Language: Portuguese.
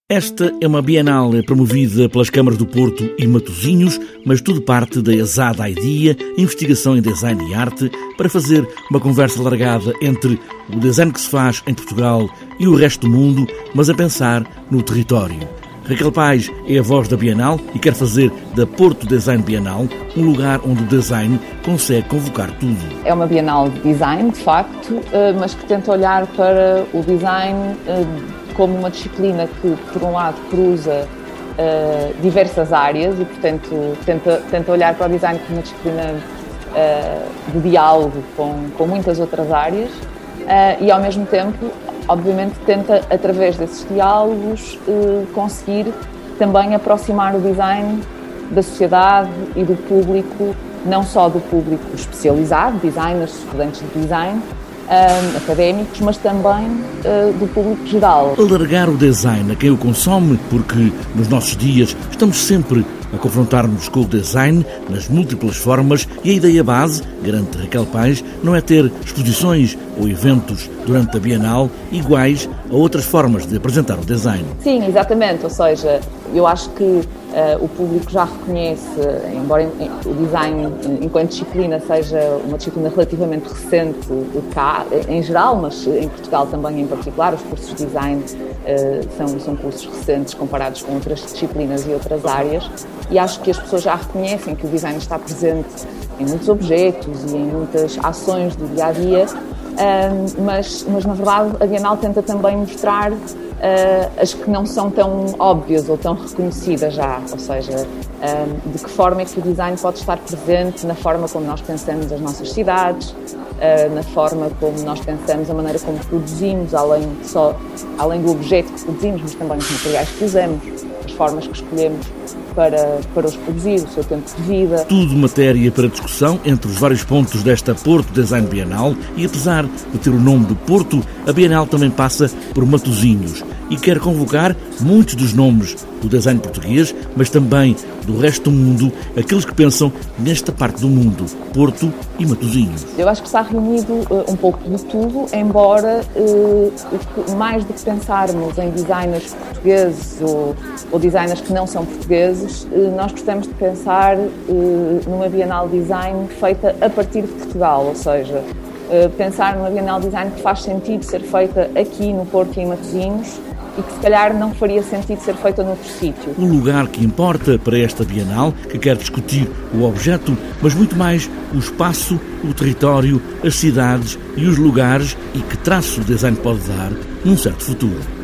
Esta é uma Bienal promovida pelas Câmaras do Porto e Matosinhos, mas tudo parte da ESAD Idea, Investigação em Design e Arte, para fazer uma conversa alargada entre o design que se faz em Portugal e o resto do mundo, mas a pensar no território. Raquel Paes é a voz da Bienal e quer fazer da Porto Design Bienal um lugar onde o design consegue convocar tudo. É uma Bienal de design, de facto, mas que tenta olhar para o design como uma disciplina que, por um lado, cruza diversas áreas e, portanto, tenta olhar para o design como uma disciplina de diálogo com muitas outras áreas e, ao mesmo tempo, obviamente, tenta, através desses diálogos, conseguir também aproximar o design da sociedade e do público, não só do público especializado, designers, estudantes de design, académicos, mas também do público geral. Alargar o design a quem o consome, porque nos nossos dias estamos sempre a confrontar-nos com o design nas múltiplas formas e a ideia base, garante Raquel Paes, não é ter exposições ou eventos durante a Bienal iguais a outras formas de apresentar o design. Sim, exatamente, ou seja, eu acho que o público já reconhece, embora o design enquanto disciplina seja uma disciplina relativamente recente cá, em geral, mas em Portugal também em particular, os cursos de design são cursos recentes comparados com outras disciplinas e outras áreas, e acho que as pessoas já reconhecem que o design está presente em muitos objetos e em muitas ações do dia-a-dia, mas na verdade a Bienal tenta também mostrar as que não são tão óbvias ou tão reconhecidas já, ou seja, de que forma é que o design pode estar presente na forma como nós pensamos as nossas cidades, na forma como nós pensamos a maneira como produzimos, além do objeto que produzimos, mas também os materiais que usamos, as formas que escolhemos para os produzir, o seu tempo de vida. Tudo matéria para discussão entre os vários pontos desta Porto Design Bienal e, apesar de ter o nome de Porto, a Bienal também passa por Matosinhos e quer convocar muitos dos nomes do design português, mas também do resto do mundo, aqueles que pensam nesta parte do mundo, Porto e Matosinhos. Eu acho que está reunido um pouco de tudo, embora mais do que pensarmos em designers portugueses ou designers que não são portugueses, nós gostamos de pensar numa Bienal Design feita a partir de Portugal, ou seja, pensar numa Bienal Design que faz sentido ser feita aqui no Porto e em Matosinhos e que se calhar não faria sentido ser feita noutro sítio. O lugar que importa para esta Bienal, que quer discutir o objeto, mas muito mais o espaço, o território, as cidades e os lugares e que traço o design pode dar num certo futuro.